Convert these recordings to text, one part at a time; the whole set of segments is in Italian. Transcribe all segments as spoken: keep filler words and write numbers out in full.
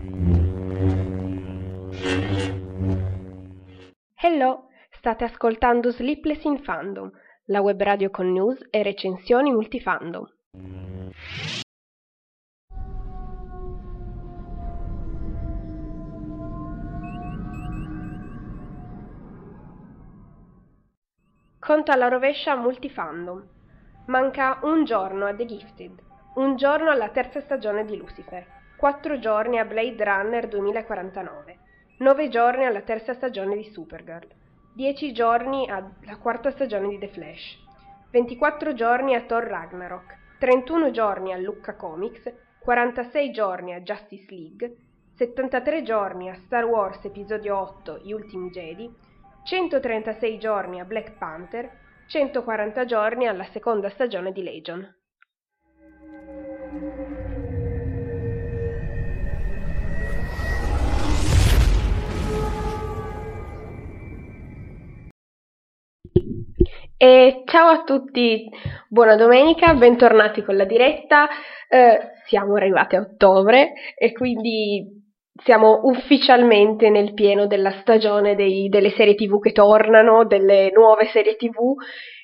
Hello, state ascoltando Sleepless in Fandom, la web radio con news e recensioni multifandom. Conto alla rovescia multifandom. Manca un giorno a The Gifted, un giorno alla terza stagione di Lucifer, quattro giorni a Blade Runner duemilaquarantanove, nove giorni alla terza stagione di Supergirl, dieci giorni alla quarta stagione di The Flash, ventiquattro giorni a Thor Ragnarok, trentuno giorni a Lucca Comics, quarantasei giorni a Justice League, settantatré giorni a Star Wars Episodio otto Gli Ultimi Jedi, centotrentasei giorni a Black Panther, centoquaranta giorni alla seconda stagione di Legion. E ciao a tutti, buona domenica, bentornati con la diretta. Eh, siamo arrivati a ottobre e quindi siamo ufficialmente nel pieno della stagione dei, delle serie tv che tornano, delle nuove serie tv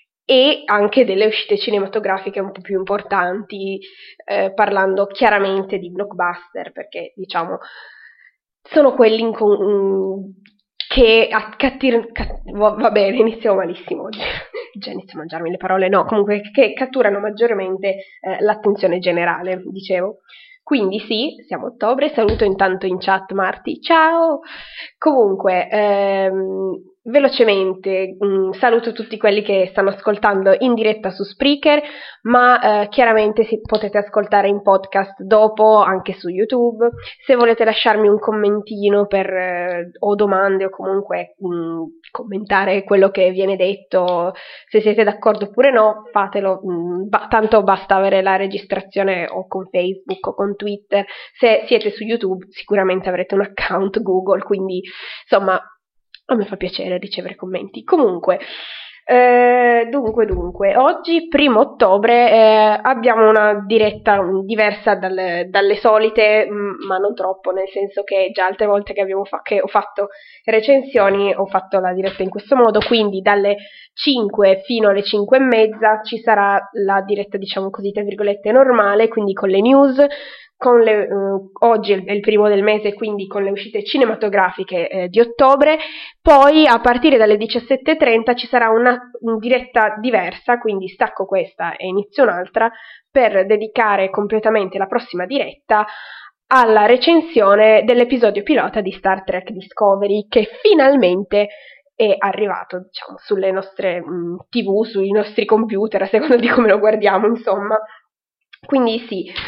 e anche delle uscite cinematografiche un po' più importanti, eh, parlando chiaramente di blockbuster, perché diciamo sono quelli in con, che cattir- cat- va bene, iniziamo malissimo oggi, già inizio a mangiarmi le parole, no, comunque che catturano maggiormente eh, l'attenzione generale, dicevo. Quindi sì, siamo a ottobre, saluto intanto in chat Marti, ciao! Comunque, ehm, velocemente mh, saluto tutti quelli che stanno ascoltando in diretta su Spreaker, ma eh, chiaramente si, potete ascoltare in podcast dopo anche su YouTube. Se volete lasciarmi un commentino per, eh, o domande o comunque mh, commentare quello che viene detto, se siete d'accordo oppure no, fatelo, mh, ba- tanto basta avere la registrazione o con Facebook o con Twitter. Se siete su YouTube sicuramente avrete un account Google, quindi insomma a me fa piacere ricevere commenti. Comunque, eh, dunque, dunque, oggi, primo ottobre, eh, abbiamo una diretta diversa dalle, dalle solite, mh, ma non troppo, nel senso che già altre volte che, abbiamo fa- che ho fatto recensioni ho fatto la diretta in questo modo, quindi dalle cinque fino alle cinque e mezza ci sarà la diretta, diciamo così, tra virgolette, normale, quindi con le news, con le, uh, oggi è il primo del mese, quindi con le uscite cinematografiche eh, di ottobre. Poi a partire dalle diciassette e trenta ci sarà una, una diretta diversa, quindi stacco questa e inizio un'altra, per dedicare completamente la prossima diretta alla recensione dell'episodio pilota di Star Trek Discovery, che finalmente è arrivato, diciamo, sulle nostre mh, tivù, sui nostri computer, a seconda di come lo guardiamo, insomma. Quindi sì, eh,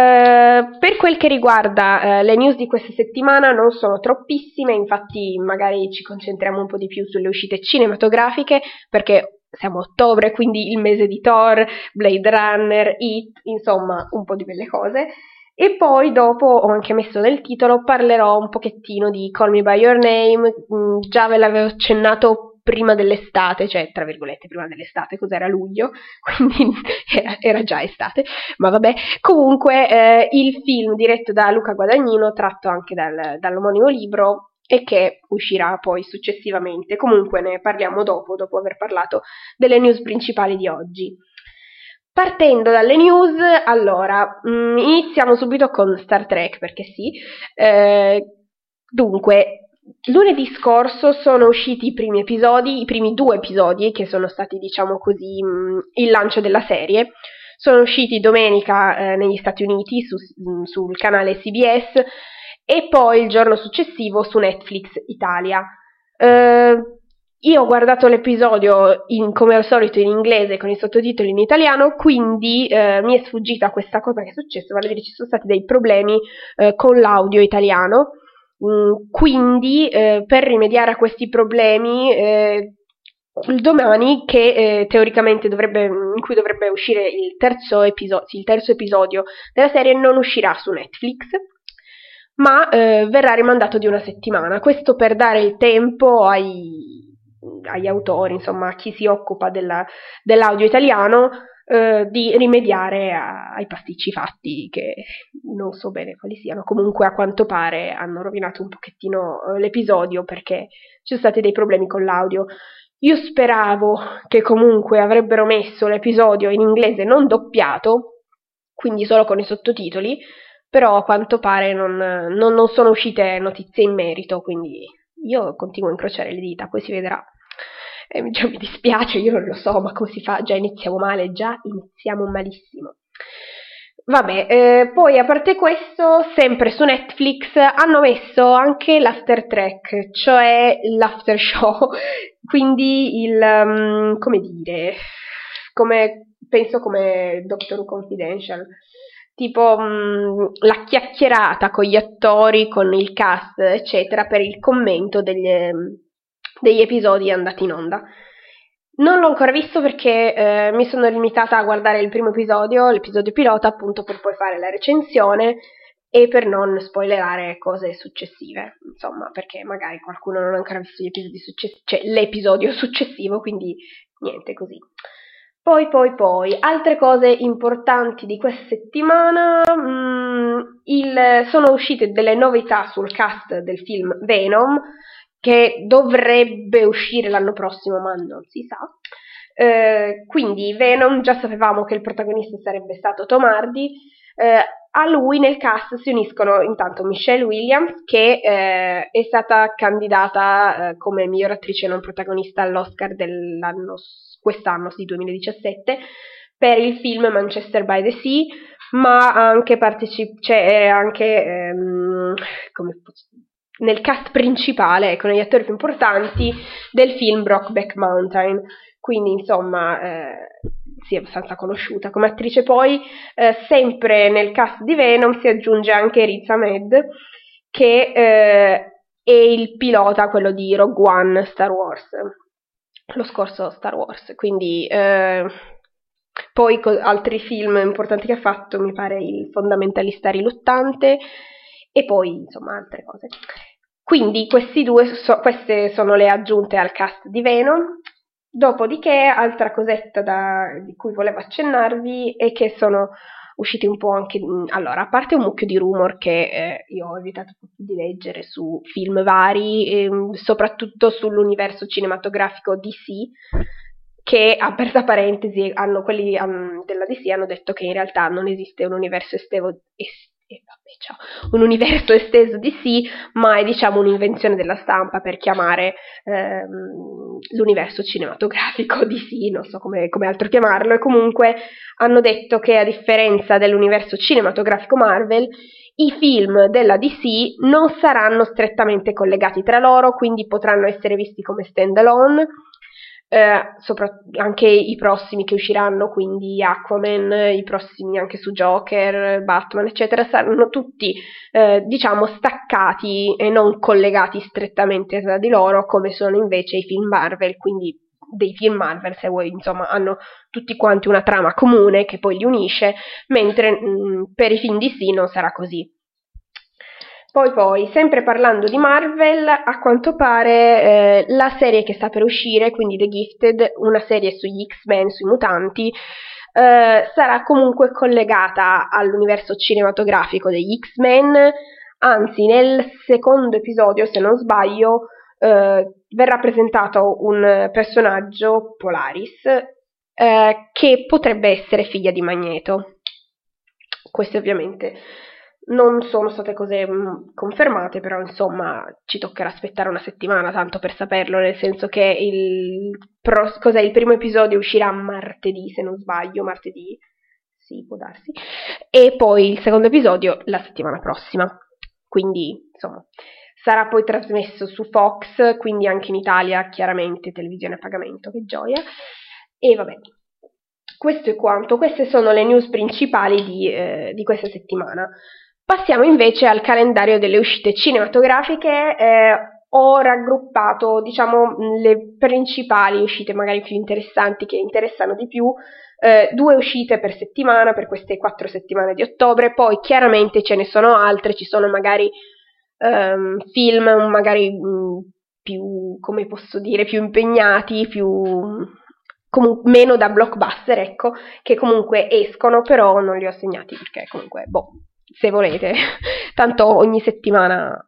per quel che riguarda eh, le news di questa settimana non sono troppissime, infatti magari ci concentriamo un po' di più sulle uscite cinematografiche, perché siamo a ottobre, quindi il mese di Thor, Blade Runner, It, insomma un po' di belle cose. E poi dopo, ho anche messo nel titolo, parlerò un pochettino di Call Me By Your Name, mh, già ve l'avevo accennato prima dell'estate, cioè tra virgolette prima dell'estate, cos'era luglio, quindi era, era già estate, ma vabbè, comunque eh, il film diretto da Luca Guadagnino, tratto anche dal, dall'omonimo libro e che uscirà poi successivamente, comunque ne parliamo dopo, dopo aver parlato delle news principali di oggi. Partendo dalle news, allora, mh, iniziamo subito con Star Trek, perché sì, eh, dunque, lunedì scorso sono usciti i primi episodi, i primi due episodi che sono stati, diciamo così, mh, il lancio della serie. Sono usciti domenica eh, negli Stati Uniti su, mh, sul canale C B S e poi il giorno successivo su Netflix Italia. Eh, io ho guardato l'episodio in, come al solito in inglese con i sottotitoli in italiano, quindi eh, mi è sfuggita questa cosa che è successa, vale a dire ci sono stati dei problemi eh, con l'audio italiano. Mm, quindi eh, per rimediare a questi problemi eh, il domani che eh, teoricamente dovrebbe, in cui dovrebbe uscire il terzo, episo- sì, il terzo episodio della serie non uscirà su Netflix, ma eh, verrà rimandato di una settimana, questo per dare il tempo ai, agli autori, insomma a chi si occupa della, dell'audio italiano, eh, di rimediare a, ai pasticci fatti, che non so bene quali siano. Comunque a quanto pare hanno rovinato un pochettino eh, l'episodio, perché ci sono stati dei problemi con l'audio. Io speravo che comunque avrebbero messo l'episodio in inglese non doppiato, quindi solo con i sottotitoli, però a quanto pare non, non, non sono uscite notizie in merito, quindi io continuo a incrociare le dita, poi si vedrà. Eh, già mi dispiace, io non lo so, ma come si fa? Già iniziamo male, già iniziamo malissimo. Vabbè, eh, poi a parte questo, sempre su Netflix hanno messo anche l'After Track, cioè l'after show, quindi il, um, come dire, come, penso come Doctor Who Confidential, tipo um, la chiacchierata con gli attori, con il cast, eccetera, per il commento degli, degli episodi andati in onda. Non l'ho ancora visto perché eh, mi sono limitata a guardare il primo episodio, l'episodio pilota, appunto per poi fare la recensione e per non spoilerare cose successive, insomma, perché magari qualcuno non ha ancora visto gli episodi successivi, cioè l'episodio successivo, quindi niente così. Poi, poi, poi, altre cose importanti di questa settimana, mh, il, sono uscite delle novità sul cast del film Venom, che dovrebbe uscire l'anno prossimo, ma non si sa. Eh, quindi Venom, già sapevamo che il protagonista sarebbe stato Tom Hardy. Eh, a lui nel cast si uniscono intanto Michelle Williams, che eh, è stata candidata eh, come miglior attrice non protagonista all'Oscar dell'anno, quest'anno, sì, duemiladiciassette, per il film Manchester by the Sea, ma anche partecipa, cioè, anche ehm, come nel cast principale, con gli attori più importanti del film Brokeback Mountain, quindi insomma eh, sì, è abbastanza conosciuta come attrice. Poi eh, sempre nel cast di Venom si aggiunge anche Riz Ahmed, che eh, è il pilota, quello di Rogue One Star Wars, lo scorso Star Wars, quindi eh, poi co- altri film importanti che ha fatto, mi pare Il fondamentalista riluttante, e poi insomma altre cose. Quindi questi due so, queste sono le aggiunte al cast di Venom. Dopodiché, altra cosetta da, di cui volevo accennarvi è che sono usciti un po' anche, allora, a parte un mucchio di rumor che eh, io ho evitato di leggere su film vari, ehm, soprattutto sull'universo cinematografico D C, che, aperta parentesi, hanno, quelli um, della D C hanno detto che in realtà non esiste un universo estevo, est- eh, vabbè, ciao, un universo esteso D C, ma è diciamo un'invenzione della stampa per chiamare ehm, l'universo cinematografico D C, non so come, come altro chiamarlo, e comunque hanno detto che a differenza dell'universo cinematografico Marvel, i film della D C non saranno strettamente collegati tra loro, quindi potranno essere visti come stand-alone. Eh, sopra, anche i prossimi che usciranno, quindi Aquaman, i prossimi anche su Joker, Batman, eccetera, saranno tutti eh, diciamo staccati e non collegati strettamente tra di loro, come sono invece i film Marvel, quindi dei film Marvel, se vuoi, insomma, hanno tutti quanti una trama comune che poi li unisce, mentre mh, per i film D C non sarà così. Poi poi, sempre parlando di Marvel, a quanto pare eh, la serie che sta per uscire, quindi The Gifted, una serie sugli X-Men, sui mutanti, eh, sarà comunque collegata all'universo cinematografico degli X-Men, anzi nel secondo episodio, se non sbaglio, eh, verrà presentato un personaggio, Polaris, eh, che potrebbe essere figlia di Magneto. Queste ovviamente non sono state cose mh, confermate, però insomma ci toccherà aspettare una settimana tanto per saperlo, nel senso che il, pro, cos'è, il primo episodio uscirà martedì, se non sbaglio, martedì, sì, può darsi, e poi il secondo episodio la settimana prossima, quindi insomma sarà poi trasmesso su Fox, quindi anche in Italia, chiaramente televisione a pagamento, che gioia, e vabbè. Questo è quanto, queste sono le news principali di, eh, di questa settimana. Passiamo invece al calendario delle uscite cinematografiche. Eh, ho raggruppato, diciamo, le principali uscite magari più interessanti, che interessano di più, eh, due uscite per settimana, per queste quattro settimane di ottobre. Poi chiaramente ce ne sono altre, ci sono magari ehm, film magari mh, più, come posso dire, più impegnati, più comu- meno da blockbuster, ecco, che comunque escono, però non li ho segnati perché comunque, boh, se volete, tanto ogni settimana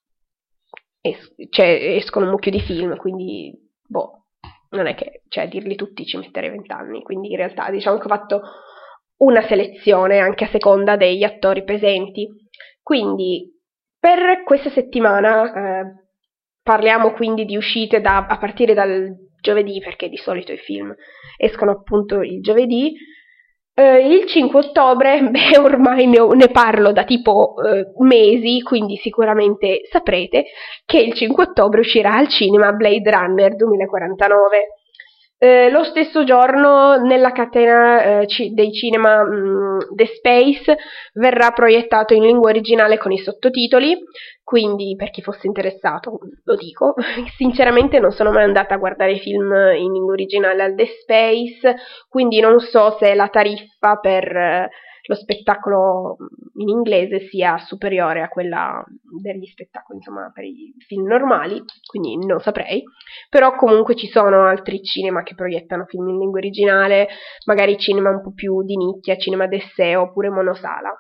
es- cioè, escono un mucchio di film, quindi, boh, non è che, cioè, dirli tutti ci metterei vent'anni, quindi in realtà diciamo che ho fatto una selezione anche a seconda degli attori presenti. Quindi, per questa settimana eh, parliamo quindi di uscite da, a partire dal giovedì, perché di solito i film escono appunto il giovedì. Eh, il cinque ottobre, beh, ormai ne, ho- ne parlo da tipo eh, mesi, quindi sicuramente saprete che il cinque ottobre uscirà al cinema Blade Runner duemilaquarantanove. Eh, lo stesso giorno nella catena eh, ci- dei cinema mh, The Space verrà proiettato in lingua originale con i sottotitoli, quindi per chi fosse interessato lo dico. Sinceramente non sono mai andata a guardare film in lingua originale al The Space, quindi non so se la tariffa per eh, lo spettacolo in inglese sia superiore a quella degli spettacoli, insomma, per i film normali, quindi non saprei. Però comunque ci sono altri cinema che proiettano film in lingua originale, magari cinema un po' più di nicchia, cinema d'essè oppure monosala.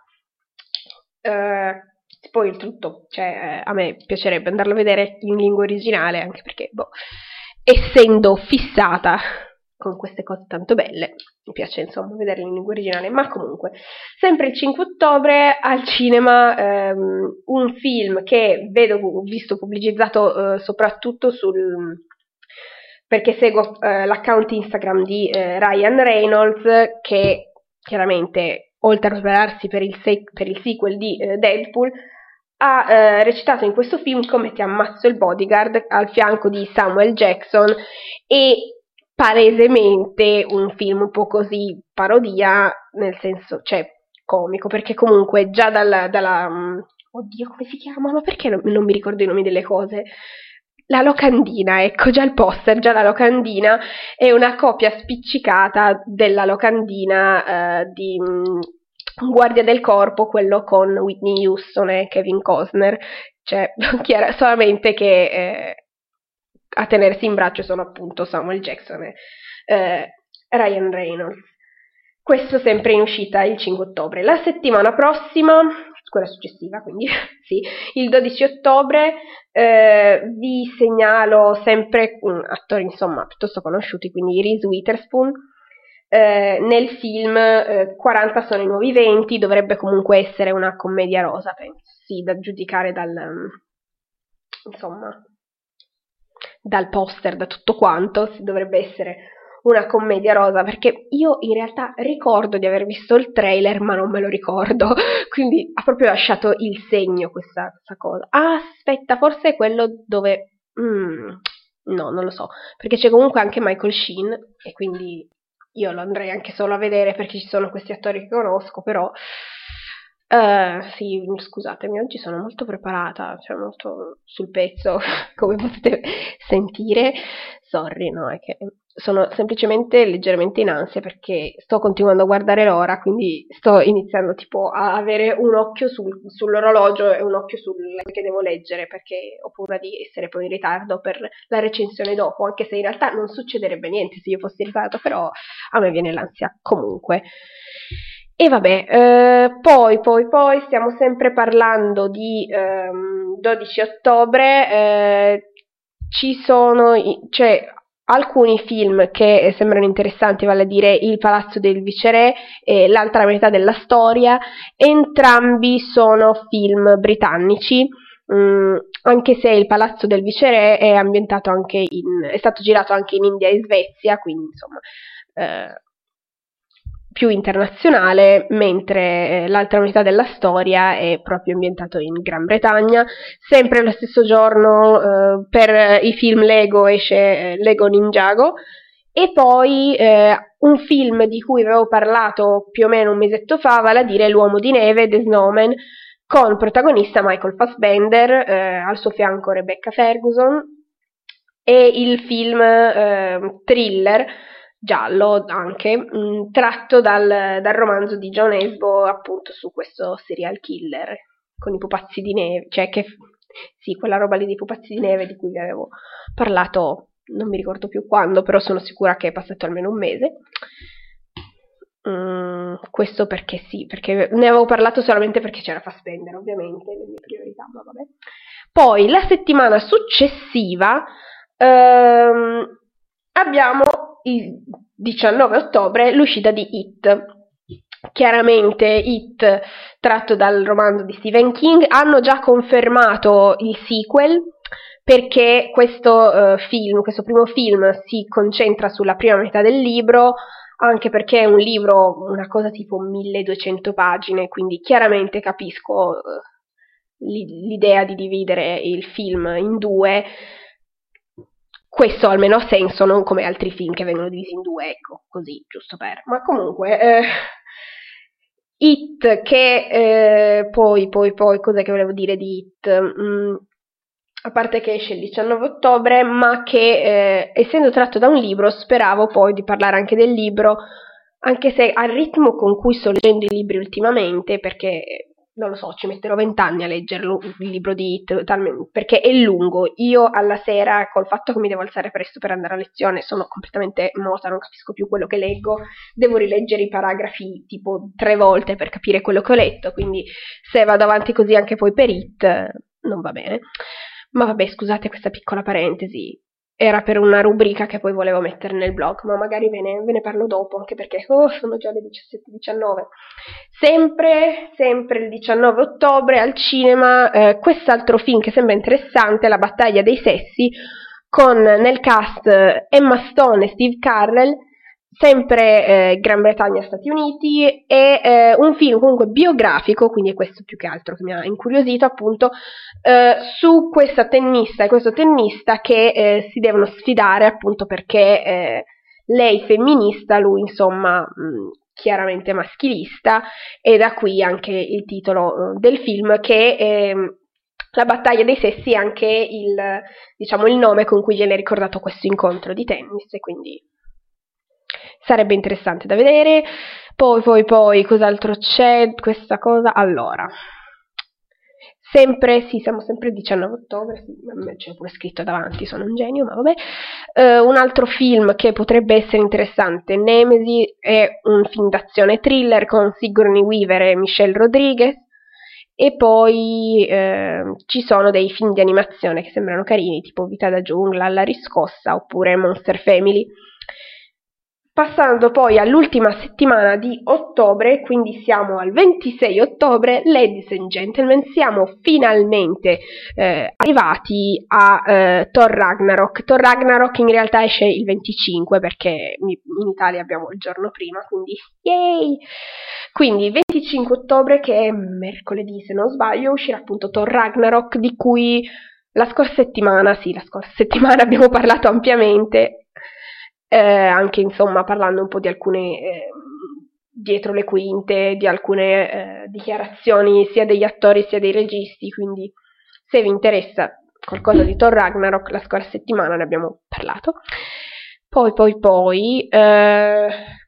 Eh, poi il tutto, cioè, a me piacerebbe andarlo a vedere in lingua originale, anche perché, boh, essendo fissata con queste cose tanto belle, mi piace insomma vederle in lingua originale, ma comunque, sempre il cinque ottobre al cinema ehm, un film che vedo, ho visto pubblicizzato eh, soprattutto sul perché seguo eh, l'account Instagram di eh, Ryan Reynolds, che chiaramente, oltre a prepararsi per il, se- per il sequel di eh, Deadpool, ha eh, recitato in questo film come Ti ammazzo il bodyguard al fianco di Samuel Jackson, e palesemente un film un po' così parodia, nel senso, cioè comico, perché comunque già dalla, dalla um, oddio come si chiama, ma perché non, non mi ricordo i nomi delle cose, la locandina, ecco, già il poster, già la locandina è una copia spiccicata della locandina eh, di mh, Guardia del Corpo, quello con Whitney Houston e Kevin Costner, cioè chiara, solamente che eh, a tenersi in braccio sono appunto Samuel Jackson e eh, Ryan Reynolds. Questo sempre in uscita il cinque ottobre. La settimana prossima, quella successiva, quindi sì, il dodici ottobre, eh, vi segnalo sempre um, attori insomma piuttosto conosciuti, quindi Reese Witherspoon, eh, nel film eh, quaranta sono i nuovi venti, dovrebbe comunque essere una commedia rosa, penso, sì, da giudicare dal, um, insomma, dal poster, da tutto quanto, si dovrebbe essere una commedia rosa, perché io in realtà ricordo di aver visto il trailer, ma non me lo ricordo, quindi ha proprio lasciato il segno questa, questa cosa. Ah, aspetta, forse è quello dove... Mm, no, non lo so, perché c'è comunque anche Michael Sheen, e quindi io lo andrei anche solo a vedere perché ci sono questi attori che conosco, però... Uh, sì, scusatemi, oggi sono molto preparata, cioè molto sul pezzo, come potete sentire. Sorry, no, è che sono semplicemente leggermente in ansia perché sto continuando a guardare l'ora, quindi sto iniziando tipo a avere un occhio sul, sull'orologio e un occhio sul che devo leggere, perché ho paura di essere poi in ritardo per la recensione dopo, anche se in realtà non succederebbe niente se io fossi in ritardo, però a me viene l'ansia comunque. E vabbè, eh, poi, poi, poi stiamo sempre parlando di ehm, dodici ottobre, eh, ci sono, cioè, alcuni film che sembrano interessanti, vale a dire Il Palazzo del Viceré e L'altra metà della storia, entrambi sono film britannici, mh, anche se Il Palazzo del Viceré è ambientato anche in, è stato girato anche in India e Svezia, quindi insomma... Eh, più internazionale, mentre eh, l'altra metà della storia è proprio ambientato in Gran Bretagna. Sempre lo stesso giorno eh, per i film Lego esce eh, Lego Ninjago, e poi eh, un film di cui avevo parlato più o meno un mesetto fa, vale a dire L'Uomo di Neve, The Snowman, con protagonista Michael Fassbender, eh, al suo fianco Rebecca Ferguson, e il film eh, thriller giallo anche, mh, tratto dal, dal romanzo di John Esbo, appunto su questo serial killer con i pupazzi di neve, cioè che sì, quella roba lì dei pupazzi di neve di cui vi avevo parlato non mi ricordo più quando, però sono sicura che è passato almeno un mese. Mm, questo perché sì, perché ne avevo parlato solamente perché c'era Fassbender, ovviamente, le mie priorità, ma vabbè. Poi la settimana successiva ehm, abbiamo il diciannove ottobre l'uscita di It. Chiaramente It, tratto dal romanzo di Stephen King, hanno già confermato il sequel perché questo uh, film, questo primo film si concentra sulla prima metà del libro, anche perché è un libro, una cosa tipo milleduecento pagine, quindi chiaramente capisco uh, l'idea di dividere il film in due. Questo almeno ha senso, non come altri film che vengono divisi in due, ecco, così, giusto per... Ma comunque, eh, It, che eh, poi, poi, poi, cos'è che volevo dire di It? Mm, a parte che esce il diciannove ottobre, ma che, eh, essendo tratto da un libro, speravo poi di parlare anche del libro, anche se al ritmo con cui sto leggendo i libri ultimamente, perché... non lo so, ci metterò vent'anni a leggerlo, il libro di It, talmente, perché è lungo. Io alla sera, col fatto che mi devo alzare presto per andare a lezione, sono completamente mota, non capisco più quello che leggo, devo rileggere i paragrafi tipo tre volte per capire quello che ho letto, quindi se vado avanti così anche poi per It, non va bene. Ma vabbè, scusate questa piccola parentesi, era per una rubrica che poi volevo mettere nel blog, ma magari ve ne, ve ne parlo dopo, anche perché oh, sono già le diciassette e diciannove. Sempre, sempre il diciannove ottobre al cinema, eh, quest'altro film che sembra interessante, La battaglia dei sessi, con nel cast Emma Stone e Steve Carell, sempre eh, Gran Bretagna e Stati Uniti, e eh, un film comunque biografico, quindi è questo più che altro che mi ha incuriosito, appunto, eh, su questa tennista e questo tennista che eh, si devono sfidare, appunto perché eh, lei femminista, lui insomma mh, chiaramente maschilista, e da qui anche il titolo eh, del film, che eh, la battaglia dei sessi è anche il, diciamo, il nome con cui viene ricordato questo incontro di tennis, e quindi sarebbe interessante da vedere. Poi, poi, poi, cos'altro c'è? Questa cosa, allora, sempre, sì, siamo sempre il diciannove ottobre, sì, c'è pure scritto davanti, sono un genio, ma vabbè. Uh, un altro film che potrebbe essere interessante, Nemesi, è un film d'azione thriller con Sigourney Weaver e Michelle Rodriguez, e poi eh, ci sono dei film di animazione che sembrano carini, tipo Vita da giungla, La riscossa, oppure Monster Family. Passando poi all'ultima settimana di ottobre, quindi siamo al ventisei ottobre, ladies and gentlemen, siamo finalmente eh, arrivati a eh, Thor Ragnarok. Thor Ragnarok in realtà esce il venticinque perché in Italia abbiamo il giorno prima, quindi yay! Quindi venticinque ottobre, che è mercoledì se non sbaglio, uscirà appunto Thor Ragnarok, di cui la scorsa settimana, sì, la scorsa settimana abbiamo parlato ampiamente. Eh, anche insomma parlando un po' di alcune eh, dietro le quinte, di alcune eh, dichiarazioni sia degli attori sia dei registi, quindi se vi interessa qualcosa di Thor Ragnarok, la scorsa settimana ne abbiamo parlato. Poi poi poi eh,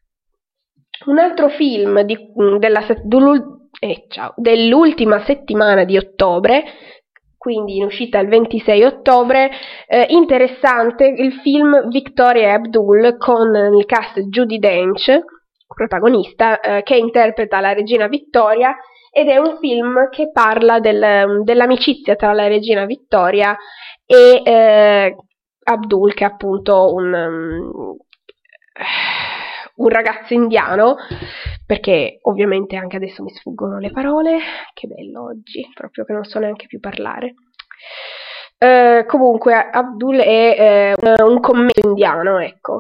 un altro film di, della, eh, ciao, dell'ultima settimana di ottobre, quindi in uscita il ventisei ottobre, eh, interessante il film Victoria e Abdul, con nel cast Judi Dench, protagonista, eh, che interpreta la regina Vittoria, ed è un film che parla del, dell'amicizia tra la regina Vittoria e eh, Abdul, che è appunto un, um, un ragazzo indiano, perché ovviamente anche adesso mi sfuggono le parole, che bello oggi, proprio che non so neanche più parlare. Eh, comunque Abdul è eh, un, un commesso indiano, ecco,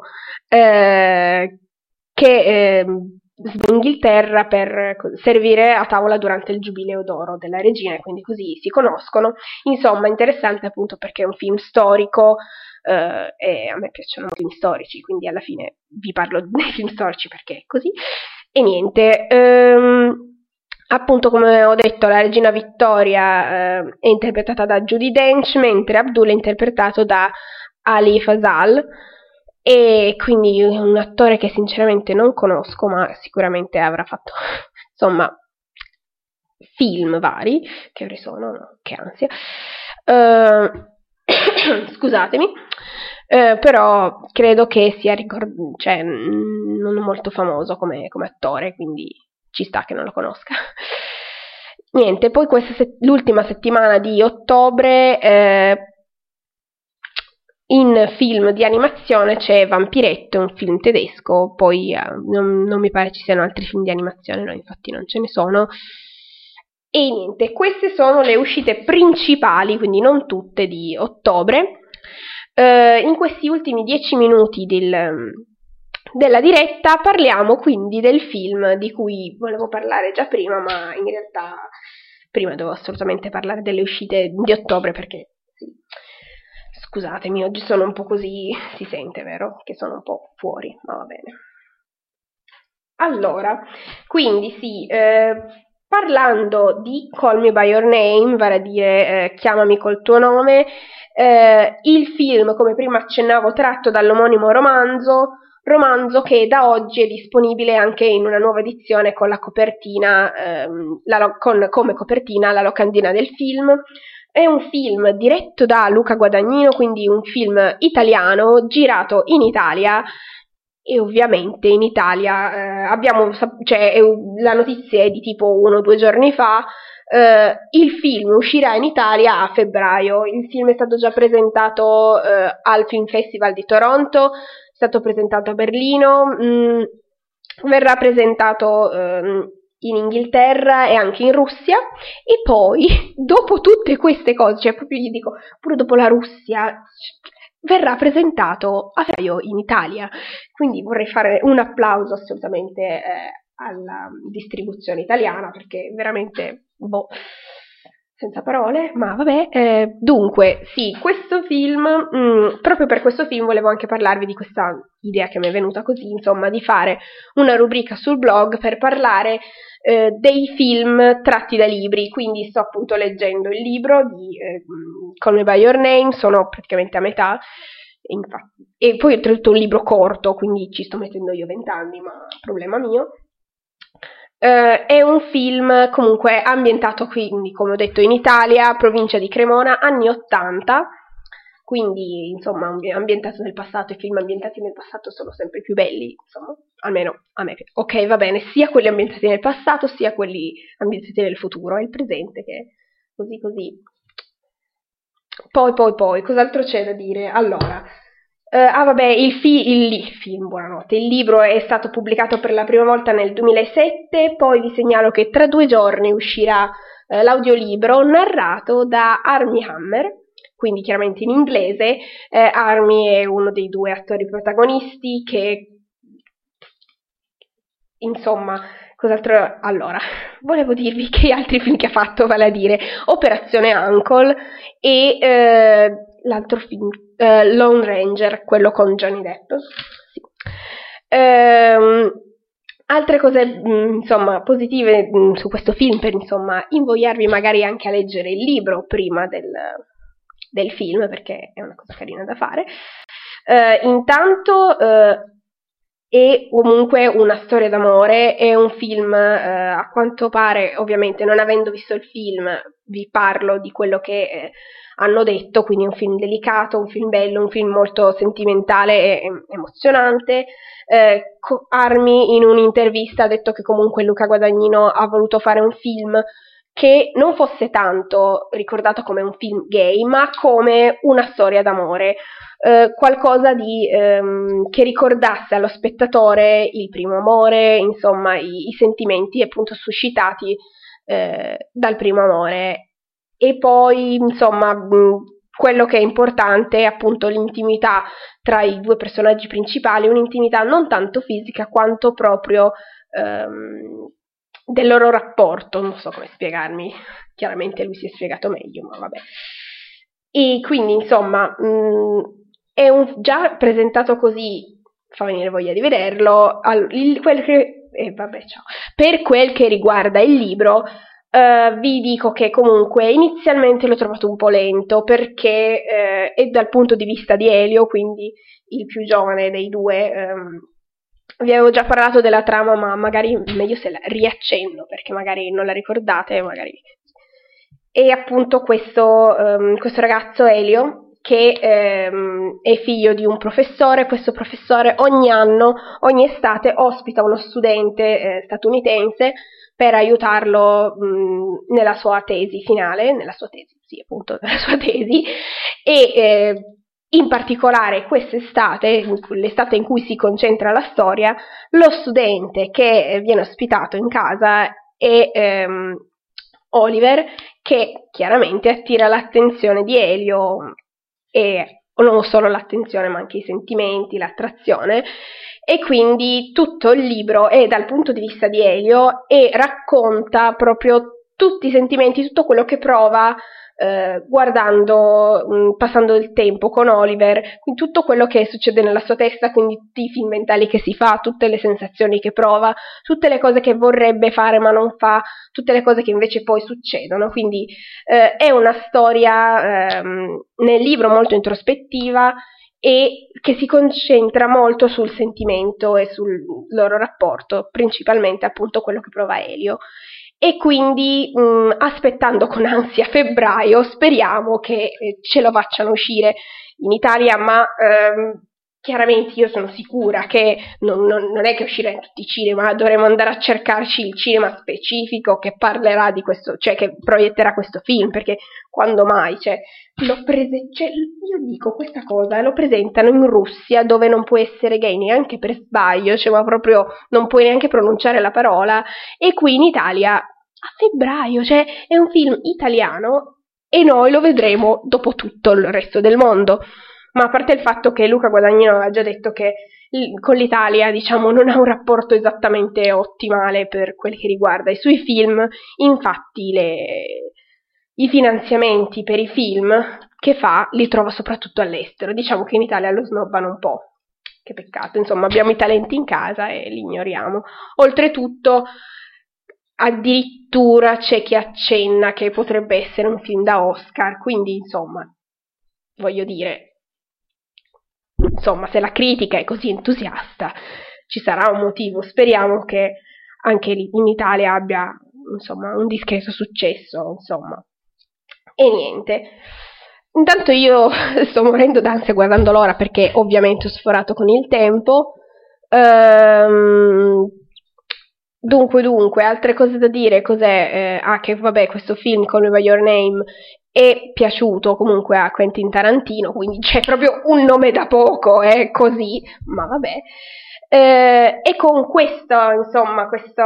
eh, che eh, in Inghilterra per servire a tavola durante il giubileo d'oro della regina, e quindi così si conoscono. Insomma, interessante appunto perché è un film storico, eh, e a me piacciono molto i film storici, quindi alla fine vi parlo dei film storici perché è così. E niente, ehm, appunto come ho detto, la regina Vittoria eh, è interpretata da Judi Dench, mentre Abdul è interpretato da Ali Fazal, e quindi un attore che sinceramente non conosco, ma sicuramente avrà fatto, insomma, film vari, che ore sono, no, che ansia, uh, scusatemi. eh, però credo che sia ricord- cioè, non molto famoso come, come attore, quindi ci sta che non lo conosca. Niente, poi questa se- l'ultima settimana di ottobre eh, in film di animazione c'è Vampiretto, un film tedesco, poi eh, non, non mi pare ci siano altri film di animazione, no, infatti non ce ne sono. E niente, queste sono le uscite principali, quindi non tutte, di ottobre. Eh, in questi ultimi dieci minuti del, della diretta parliamo quindi del film di cui volevo parlare già prima, ma in realtà prima devo assolutamente parlare delle uscite di ottobre perché sì. Scusatemi, oggi sono un po' così, si sente, vero? Che sono un po' fuori, ma va bene. Allora, quindi sì, eh, parlando di Call Me By Your Name, vale a dire eh, Chiamami col tuo nome, eh, il film, come prima accennavo, tratto dall'omonimo romanzo, romanzo che da oggi è disponibile anche in una nuova edizione con la copertina, ehm, la, con, come copertina la locandina del film. È un film diretto da Luca Guadagnino, quindi un film italiano, girato in Italia, e ovviamente in Italia eh, abbiamo, cioè, la notizia è di tipo uno o due giorni fa, eh, il film uscirà in Italia a febbraio. Il film è stato già presentato eh, al Film Festival di Toronto, è stato presentato a Berlino, mh, verrà presentato eh, in Inghilterra e anche in Russia, e poi dopo tutte queste cose, cioè proprio gli dico, pure dopo la Russia, verrà presentato a febbraio in Italia. Quindi vorrei fare un applauso assolutamente eh, alla distribuzione italiana, perché veramente, boh, senza parole, ma vabbè. Eh, dunque, sì, questo film, mh, proprio per questo film volevo anche parlarvi di questa idea che mi è venuta così, insomma, di fare una rubrica sul blog per parlare eh, dei film tratti da libri. Quindi sto appunto leggendo il libro di eh, Call Me By Your Name, sono praticamente a metà, infatti, e poi oltretutto un libro corto, quindi ci sto mettendo io vent'anni, ma problema mio. Uh, è un film comunque ambientato, quindi, come ho detto, in Italia, provincia di Cremona, anni ottanta, quindi insomma ambientato nel passato. I film ambientati nel passato sono sempre più belli, insomma, almeno a me. Ok, va bene, sia quelli ambientati nel passato sia quelli ambientati nel futuro, è il presente che è così così. Poi, poi, poi, cos'altro c'è da dire? Allora, eh, ah vabbè, il, fi- il, il film, buonanotte, il libro è stato pubblicato per la prima volta nel duemilasette, poi vi segnalo che tra due giorni uscirà eh, l'audiolibro narrato da Armie Hammer, quindi chiaramente in inglese. eh, Armie è uno dei due attori protagonisti che, insomma, cos'altro? Allora, volevo dirvi che altri film che ha fatto, vale a dire Operazione Uncle e eh, l'altro film, eh, Lone Ranger, quello con Johnny Depp. Sì. Ehm, altre cose, mh, insomma, positive mh, su questo film, per insomma invogliarvi magari anche a leggere il libro prima del, del film, perché è una cosa carina da fare. Eh, intanto eh, è comunque una storia d'amore, è un film, eh, a quanto pare, ovviamente non avendo visto il film vi parlo di quello che eh, hanno detto, quindi è un film delicato, un film bello, un film molto sentimentale e emozionante. Eh, Armie in un'intervista ha detto che comunque Luca Guadagnino ha voluto fare un film che non fosse tanto ricordato come un film gay, ma come una storia d'amore, eh, qualcosa di, ehm, che ricordasse allo spettatore il primo amore, insomma i, i sentimenti appunto suscitati eh, dal primo amore. E poi insomma mh, quello che è importante è appunto l'intimità tra i due personaggi principali, un'intimità non tanto fisica quanto proprio ehm, del loro rapporto, non so come spiegarmi, chiaramente lui si è spiegato meglio, ma vabbè. E quindi insomma mh, è un, già presentato così fa venire voglia di vederlo. All, il, quel che, eh, vabbè, ciao. Per quel che riguarda il libro, Uh, vi dico che comunque inizialmente l'ho trovato un po' lento perché uh, è dal punto di vista di Elio, quindi il più giovane dei due. Um, vi avevo già parlato della trama, ma magari meglio se la riaccenno perché magari non la ricordate, magari. E appunto questo, um, questo ragazzo Elio, che ehm, è figlio di un professore. Questo professore ogni anno, ogni estate, ospita uno studente eh, statunitense per aiutarlo mh, nella sua tesi finale, nella sua tesi, sì appunto, nella sua tesi, e eh, in particolare quest'estate, l'estate in cui si concentra la storia, lo studente che viene ospitato in casa è ehm, Oliver, che chiaramente attira l'attenzione di Elio, e non solo l'attenzione ma anche i sentimenti, l'attrazione, e quindi tutto il libro è dal punto di vista di Elio e racconta proprio tutti i sentimenti, tutto quello che prova eh, guardando, mh, passando il tempo con Oliver, quindi tutto quello che succede nella sua testa, quindi tutti i film mentali che si fa, tutte le sensazioni che prova, tutte le cose che vorrebbe fare ma non fa, tutte le cose che invece poi succedono. Quindi eh, è una storia ehm, nel libro molto introspettiva e che si concentra molto sul sentimento e sul loro rapporto, principalmente appunto quello che prova Elio. E quindi mh, aspettando con ansia febbraio, speriamo che eh, ce lo facciano uscire in Italia, ma ehm, chiaramente io sono sicura che non, non, non è che uscirà in tutti i cinema, dovremo andare a cercarci il cinema specifico che parlerà di questo, cioè che proietterà questo film, perché quando mai, cioè, lo prese- cioè, io dico questa cosa, lo presentano in Russia dove non puoi essere gay neanche per sbaglio, cioè ma proprio non puoi neanche pronunciare la parola, e qui in Italia a febbraio, cioè è un film italiano e noi lo vedremo dopo tutto il resto del mondo. Ma a parte il fatto che Luca Guadagnino aveva già detto che con l'Italia, diciamo, non ha un rapporto esattamente ottimale per quel che riguarda i suoi film, infatti le, i finanziamenti per i film che fa li trova soprattutto all'estero. Diciamo che in Italia lo snobbano un po'. Che peccato, insomma, abbiamo i talenti in casa e li ignoriamo. Oltretutto, addirittura c'è chi accenna che potrebbe essere un film da Oscar, quindi insomma, voglio dire, insomma, se la critica è così entusiasta, ci sarà un motivo. Speriamo che anche in Italia abbia, insomma, un discreto successo, insomma. E niente. Intanto io sto morendo d'ansia guardando l'ora perché ovviamente ho sforato con il tempo. Ehm, dunque, dunque, altre cose da dire, cos'è? Eh, ah, che vabbè, questo film, Call Me By Your Name, è piaciuto comunque a Quentin Tarantino, quindi c'è proprio un nome da poco, è eh, così, ma vabbè. Eh, e con questo, insomma, questo,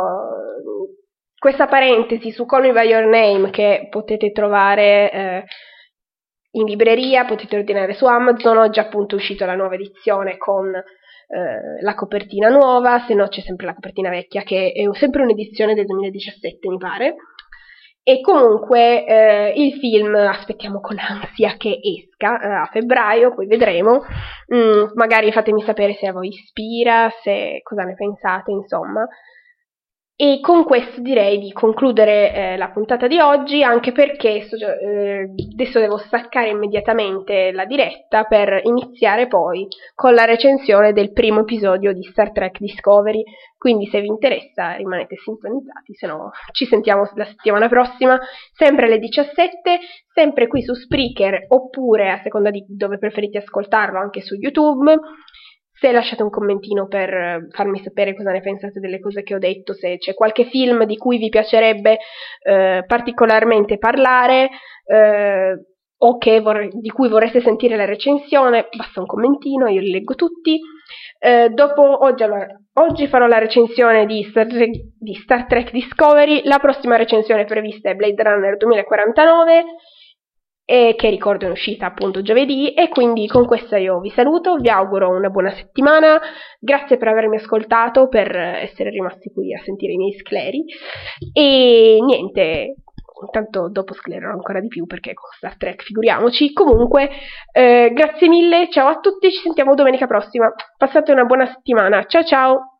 questa parentesi su Call Me By Your Name che potete trovare eh, in libreria, potete ordinare su Amazon, oggi è appunto uscita la nuova edizione con eh, la copertina nuova, se no c'è sempre la copertina vecchia che è sempre un'edizione del duemiladiciassette mi pare. E comunque eh, il film aspettiamo con ansia che esca eh, a febbraio, poi vedremo. Mm, magari fatemi sapere se a voi ispira, se cosa ne pensate, insomma. E con questo direi di concludere eh, la puntata di oggi, anche perché sto, eh, adesso devo staccare immediatamente la diretta per iniziare poi con la recensione del primo episodio di Star Trek Discovery, quindi se vi interessa rimanete sintonizzati, se no ci sentiamo la settimana prossima, sempre alle diciassette, sempre qui su Spreaker, oppure a seconda di dove preferite ascoltarlo anche su YouTube. Se lasciate un commentino per farmi sapere cosa ne pensate delle cose che ho detto, se c'è qualche film di cui vi piacerebbe eh, particolarmente parlare eh, o che vorre- di cui vorreste sentire la recensione, basta un commentino, io li leggo tutti. Eh, dopo oggi, allora, oggi farò la recensione di Star, Trek, di Star Trek Discovery, la prossima recensione prevista è Blade Runner duemilaquarantanove, e che ricordo è uscita appunto giovedì, e quindi con questa io vi saluto, vi auguro una buona settimana, grazie per avermi ascoltato, per essere rimasti qui a sentire i miei scleri, e niente, intanto dopo sclererò ancora di più perché con Star Trek figuriamoci. Comunque eh, grazie mille, ciao a tutti, ci sentiamo domenica prossima, passate una buona settimana, ciao ciao!